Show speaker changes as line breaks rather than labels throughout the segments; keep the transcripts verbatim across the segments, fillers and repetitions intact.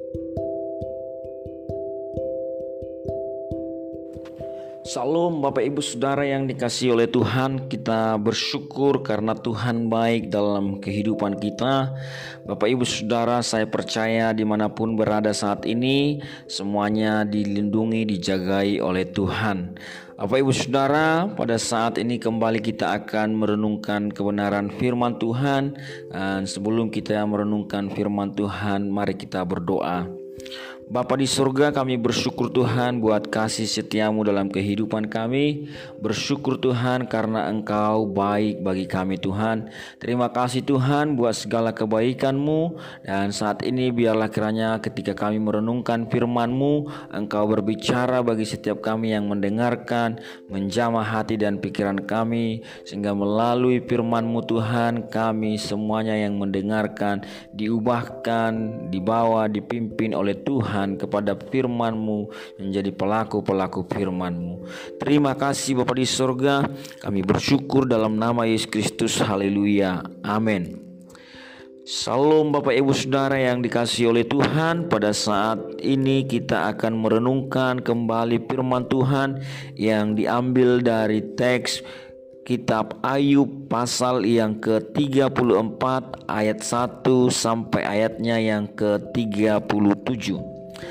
Salam Bapak Ibu Saudara yang dikasihi oleh Tuhan. Kita bersyukur karena Tuhan baik dalam kehidupan kita. Bapak Ibu Saudara, saya percaya dimanapun berada saat ini, semuanya dilindungi, dijagai oleh Tuhan. Bapak Ibu Saudara, pada saat ini kembali kita akan merenungkan kebenaran firman Tuhan. Dan sebelum kita merenungkan firman Tuhan, mari kita berdoa. Bapa di surga, kami bersyukur Tuhan buat kasih setiamu dalam kehidupan kami. Bersyukur Tuhan karena Engkau baik bagi kami Tuhan. Terima kasih Tuhan buat segala kebaikan-Mu. Dan saat ini biarlah kiranya ketika kami merenungkan firman-Mu, Engkau berbicara bagi setiap kami yang mendengarkan, menjamah hati dan pikiran kami, sehingga melalui firman-Mu Tuhan, kami semuanya yang mendengarkan diubahkan, dibawa, dipimpin oleh Tuhan kepada firman-Mu, menjadi pelaku-pelaku firman-Mu. Terima kasih Bapa di surga, kami bersyukur dalam nama Yesus Kristus. Haleluya, amin. Salam Bapak Ibu Saudara yang dikasihi oleh Tuhan. Pada saat ini kita akan merenungkan kembali firman Tuhan yang diambil dari teks Kitab Ayub pasal yang ke tiga puluh empat ayat satu sampai ayatnya yang ke tiga puluh tujuh.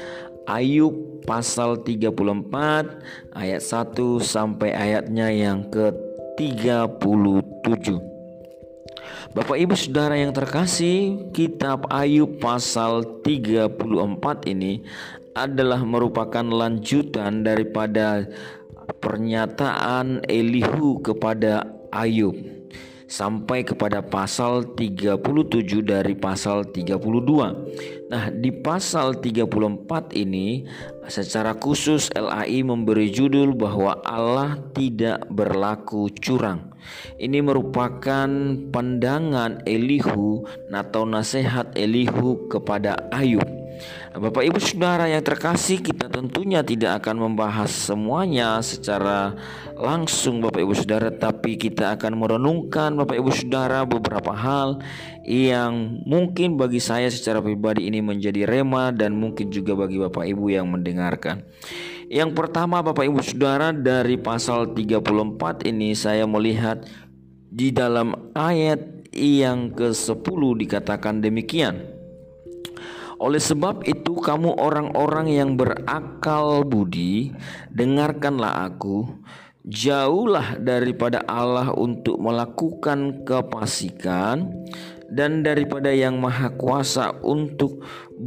Ayub pasal tiga puluh empat ayat satu sampai ayatnya yang ke tiga puluh tujuh. Bapak Ibu Saudara yang terkasih, kitab Ayub pasal tiga puluh empat ini adalah merupakan lanjutan daripada pernyataan Elihu kepada Ayub sampai kepada pasal tiga puluh tujuh dari pasal tiga puluh dua. Nah, di pasal tiga puluh empat ini secara khusus L A I memberi judul bahwa Allah tidak berlaku curang. Ini merupakan pandangan Elihu atau nasihat Elihu kepada Ayub. Bapak Ibu Saudara yang terkasih, kita tentunya tidak akan membahas semuanya secara langsung Bapak Ibu Saudara, tapi kita akan merenungkan Bapak Ibu Saudara beberapa hal yang mungkin bagi saya secara pribadi ini menjadi rema dan mungkin juga bagi Bapak Ibu yang mendengarkan. Yang pertama Bapak Ibu Saudara, dari pasal tiga puluh empat ini saya melihat di dalam ayat yang ke sepuluh dikatakan demikian. Oleh sebab itu kamu orang-orang yang berakal budi, dengarkanlah aku. Jauhlah daripada Allah untuk melakukan kefasikan, dan daripada yang maha kuasa untuk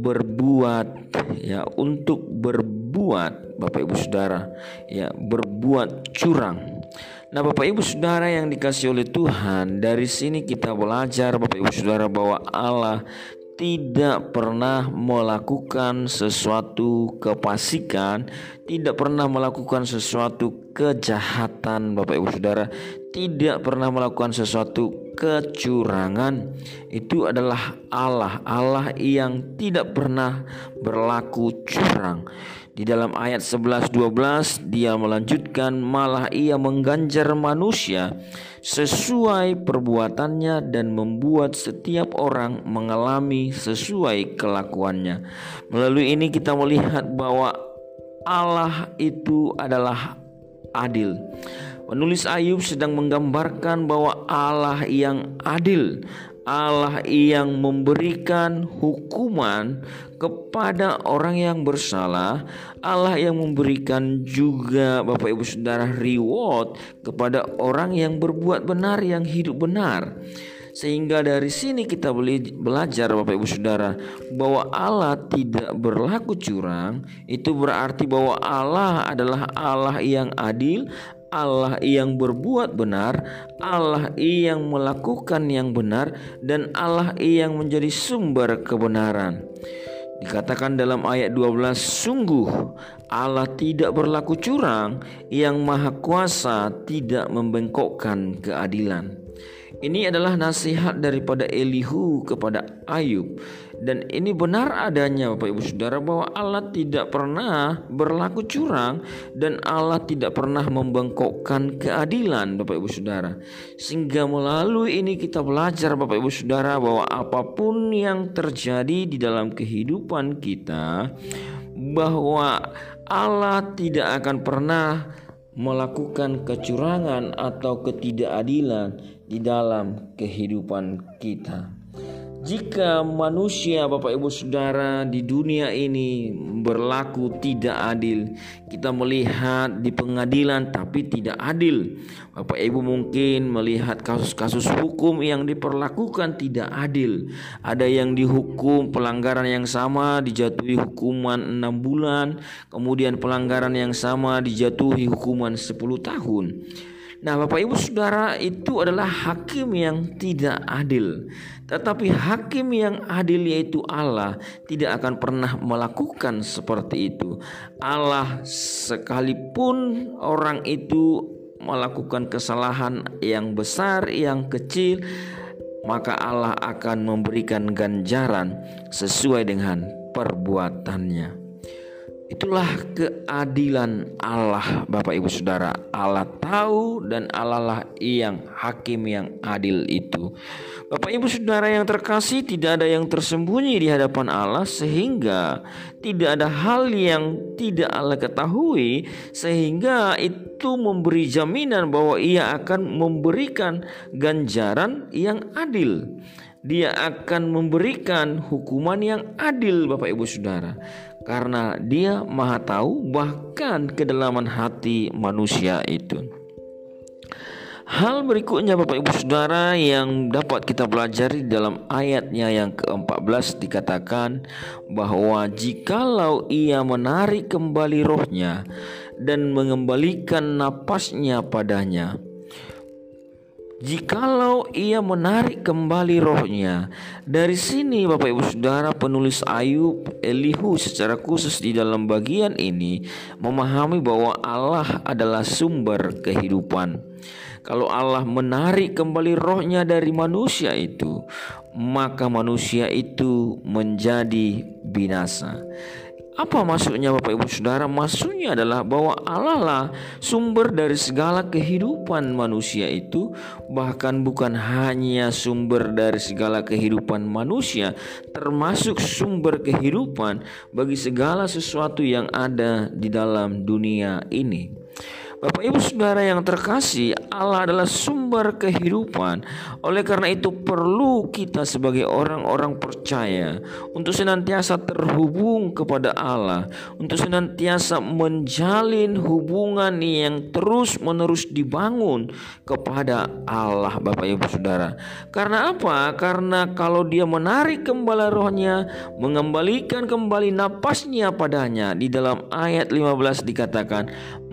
berbuat ya untuk berbuat Bapak Ibu Saudara ya berbuat curang. Nah, Bapak Ibu Saudara yang dikasihi oleh Tuhan, dari sini kita belajar Bapak Ibu Saudara bahwa Allah tidak pernah melakukan sesuatu kefasikan, tidak pernah melakukan sesuatu kejahatan Bapak Ibu Saudara, tidak pernah melakukan sesuatu kecurangan. Itu adalah Allah, Allah yang tidak pernah berlaku curang. Di dalam ayat sebelas dua belas dia melanjutkan, malah ia mengganjar manusia sesuai perbuatannya dan membuat setiap orang mengalami sesuai kelakuannya. Melalui ini kita melihat bahwa Allah itu adalah adil. Penulis Ayub sedang menggambarkan bahwa Allah yang adil, Allah yang memberikan hukuman kepada orang yang bersalah, Allah yang memberikan juga Bapak Ibu Saudara reward kepada orang yang berbuat benar, yang hidup benar. Sehingga dari sini kita belajar Bapak Ibu Saudara bahwa Allah tidak berlaku curang. Itu berarti bahwa Allah adalah Allah yang adil, Allah yang berbuat benar, Allah yang melakukan yang benar, dan Allah yang menjadi sumber kebenaran. Dikatakan dalam ayat dua belas, sungguh Allah tidak berlaku curang, yang maha kuasa tidak membengkokkan keadilan. Ini adalah nasihat daripada Elihu kepada Ayub. Dan ini benar adanya Bapak Ibu Saudara, bahwa Allah tidak pernah berlaku curang dan Allah tidak pernah membengkokkan keadilan Bapak Ibu Saudara. Sehingga melalui ini kita belajar Bapak Ibu Saudara bahwa apapun yang terjadi di dalam kehidupan kita, bahwa Allah tidak akan pernah melakukan kecurangan atau ketidakadilan di dalam kehidupan kita. Jika manusia Bapak Ibu Saudara di dunia ini berlaku tidak adil, kita melihat di pengadilan tapi tidak adil. Bapak Ibu mungkin melihat kasus-kasus hukum yang diperlakukan tidak adil. Ada yang dihukum pelanggaran yang sama dijatuhi hukuman enam bulan, kemudian pelanggaran yang sama dijatuhi hukuman sepuluh tahun. Nah, Bapak Ibu Saudara, itu adalah hakim yang tidak adil. Tetapi hakim yang adil, yaitu Allah, tidak akan pernah melakukan seperti itu. Allah, sekalipun orang itu melakukan kesalahan yang besar, yang kecil, maka Allah akan memberikan ganjaran sesuai dengan perbuatannya. Itulah keadilan Allah Bapak Ibu Saudara. Allah tahu dan Allah lah yang hakim yang adil itu. Bapak Ibu Saudara yang terkasih, tidak ada yang tersembunyi di hadapan Allah, sehingga tidak ada hal yang tidak Allah ketahui, sehingga itu memberi jaminan bahwa Ia akan memberikan ganjaran yang adil. Dia akan memberikan hukuman yang adil Bapak Ibu Saudara, karena Dia Maha tahu bahkan kedalaman hati manusia itu. Hal berikutnya Bapak Ibu Saudara yang dapat kita pelajari dalam ayatnya yang keempat belas, dikatakan bahwa jikalau Ia menarik kembali rohnya dan mengembalikan napasnya padanya. Jikalau Ia menarik kembali rohnya. Dari sini Bapak Ibu Saudara, penulis Ayub, Elihu secara khusus di dalam bagian ini memahami bahwa Allah adalah sumber kehidupan. Kalau Allah menarik kembali rohnya dari manusia itu, maka manusia itu menjadi binasa. Apa maksudnya Bapak Ibu Saudara? Maksudnya adalah bahwa Allah lah sumber dari segala kehidupan manusia itu. Bahkan bukan hanya sumber dari segala kehidupan manusia, termasuk sumber kehidupan bagi segala sesuatu yang ada di dalam dunia ini. Bapak Ibu Saudara yang terkasih, Allah adalah sumber kehidupan. Oleh karena itu perlu kita sebagai orang-orang percaya untuk senantiasa terhubung kepada Allah, untuk senantiasa menjalin hubungan yang terus-menerus dibangun kepada Allah Bapak Ibu Saudara. Karena apa? Karena kalau Dia menarik kembali rohnya, mengembalikan kembali napasnya padanya, di dalam ayat lima belas dikatakan,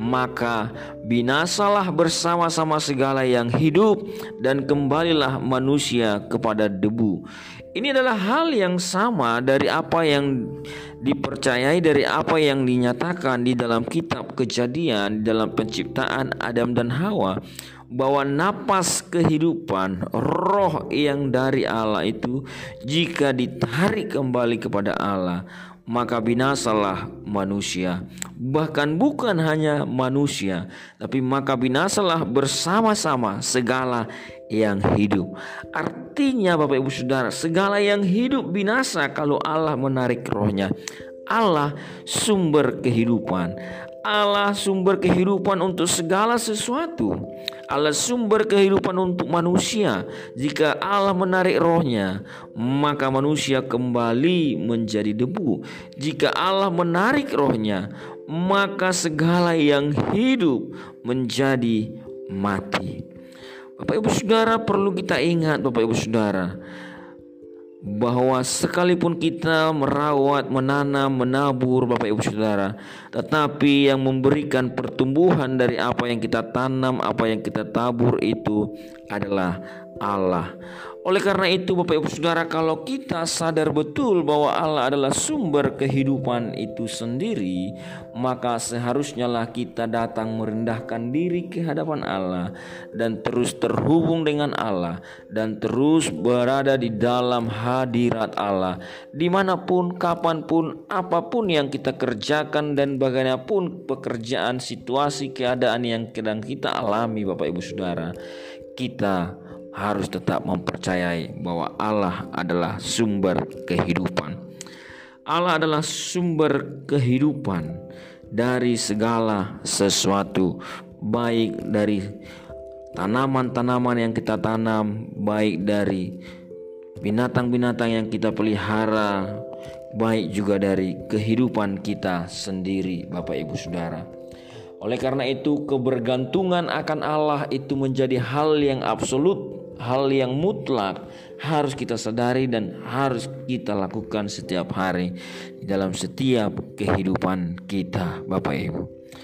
maka binasalah bersama-sama segala yang hidup dan kembalilah manusia kepada debu. Ini adalah hal yang sama dari apa yang dipercayai, dari apa yang dinyatakan di dalam kitab Kejadian, di dalam penciptaan Adam dan Hawa, bahwa napas kehidupan, roh yang dari Allah itu jika ditarik kembali kepada Allah, maka binasalah manusia. Bahkan bukan hanya manusia, tapi maka binasalah bersama-sama segala yang hidup. Artinya Bapak Ibu Saudara, segala yang hidup binasa kalau Allah menarik rohnya. Allah sumber kehidupan. Allah sumber kehidupan untuk segala sesuatu. Allah sumber kehidupan untuk manusia. Jika Allah menarik rohnya, maka manusia kembali menjadi debu. Jika Allah menarik rohnya, maka segala yang hidup menjadi mati. Bapak Ibu Saudara, perlu kita ingat Bapak Ibu Saudara, bahwa sekalipun kita merawat, menanam, menabur Bapak Ibu Saudara, tetapi yang memberikan pertumbuhan dari apa yang kita tanam, apa yang kita tabur itu adalah Allah. Oleh karena itu Bapak Ibu Saudara, kalau kita sadar betul bahwa Allah adalah sumber kehidupan itu sendiri, maka seharusnya lah kita datang merendahkan diri ke hadapan Allah dan terus terhubung dengan Allah dan terus berada di dalam hadirat Allah dimanapun, kapanpun, apapun yang kita kerjakan dan bagaimanapun pekerjaan, situasi, keadaan yang sedang kita alami. Bapak Ibu Saudara, kita harus tetap mempercayai bahwa Allah adalah sumber kehidupan. Allah adalah sumber kehidupan dari segala sesuatu, baik dari tanaman-tanaman yang kita tanam, baik dari binatang-binatang yang kita pelihara, baik juga dari kehidupan kita sendiri, Bapak Ibu Saudara. Oleh karena itu, kebergantungan akan Allah itu menjadi hal yang absolut, hal yang mutlak, harus kita sadari dan harus kita lakukan setiap hari di dalam setiap kehidupan kita, Bapak Ibu.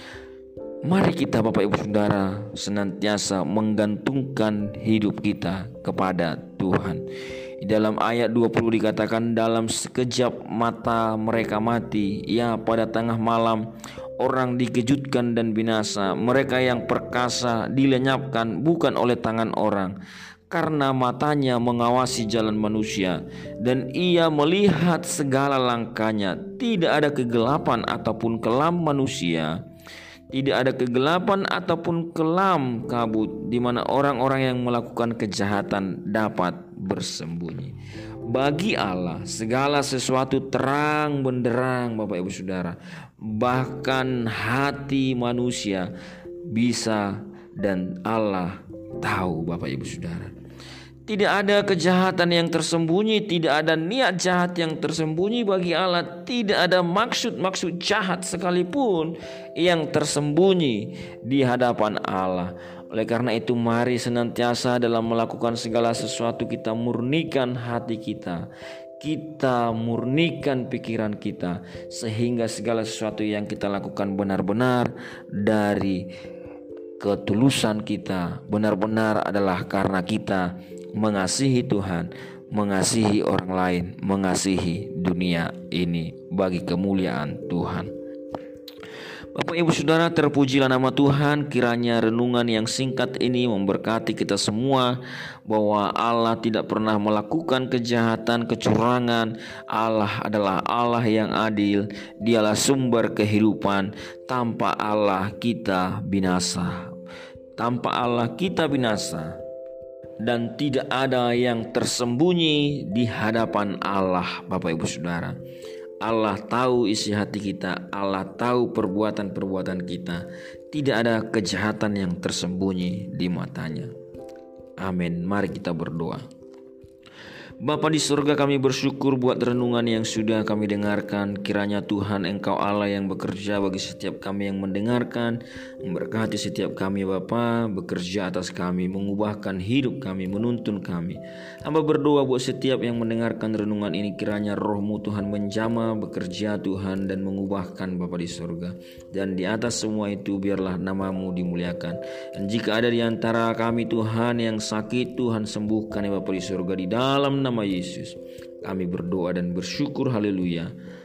Mari kita, Bapak Ibu Saudara, senantiasa menggantungkan hidup kita kepada Tuhan. Di dalam ayat dua puluh dikatakan, dalam sekejap mata mereka mati, ya pada tengah malam orang dikejutkan dan binasa. Mereka yang perkasa dilenyapkan bukan oleh tangan orang, karena matanya mengawasi jalan manusia dan ia melihat segala langkahnya. Tidak ada kegelapan ataupun kelam manusia, tidak ada kegelapan ataupun kelam kabut di mana orang-orang yang melakukan kejahatan dapat bersembunyi. Bagi Allah segala sesuatu terang benderang, Bapak Ibu Saudara. Bahkan hati manusia bisa dan Allah tahu, Bapak Ibu Saudara. Tidak ada kejahatan yang tersembunyi, tidak ada niat jahat yang tersembunyi bagi Allah. Tidak ada maksud-maksud jahat sekalipun yang tersembunyi di hadapan Allah. Oleh karena itu, mari senantiasa dalam melakukan segala sesuatu kita murnikan hati kita, kita murnikan pikiran kita, sehingga segala sesuatu yang kita lakukan benar-benar dari ketulusan kita, benar-benar adalah karena kita mengasihi Tuhan, mengasihi orang lain, mengasihi dunia ini bagi kemuliaan Tuhan. Bapak Ibu Saudara, terpujilah nama Tuhan. Kiranya renungan yang singkat ini memberkati kita semua, bahwa Allah tidak pernah melakukan kejahatan, kecurangan. Allah adalah Allah yang adil. Dialah sumber kehidupan. Tanpa Allah kita binasa. Tanpa Allah kita binasa. Dan tidak ada yang tersembunyi di hadapan Allah, Bapak Ibu Saudara. Allah tahu isi hati kita, Allah tahu perbuatan-perbuatan kita. Tidak ada kejahatan yang tersembunyi di matanya. Amin. Mari kita berdoa. Bapa di surga, kami bersyukur buat renungan yang sudah kami dengarkan. Kiranya Tuhan Engkau Allah yang bekerja bagi setiap kami yang mendengarkan, memberkati setiap kami Bapa, bekerja atas kami, mengubahkan hidup kami, menuntun kami. Hamba berdoa buat setiap yang mendengarkan renungan ini, kiranya roh-Mu Tuhan menjamah, bekerja Tuhan, dan mengubahkan Bapa di surga. Dan di atas semua itu biarlah nama-Mu dimuliakan. Dan jika ada di antara kami Tuhan yang sakit, Tuhan sembuhkan ya Bapa di surga, di dalam nama Yesus kami berdoa dan bersyukur. Haleluya.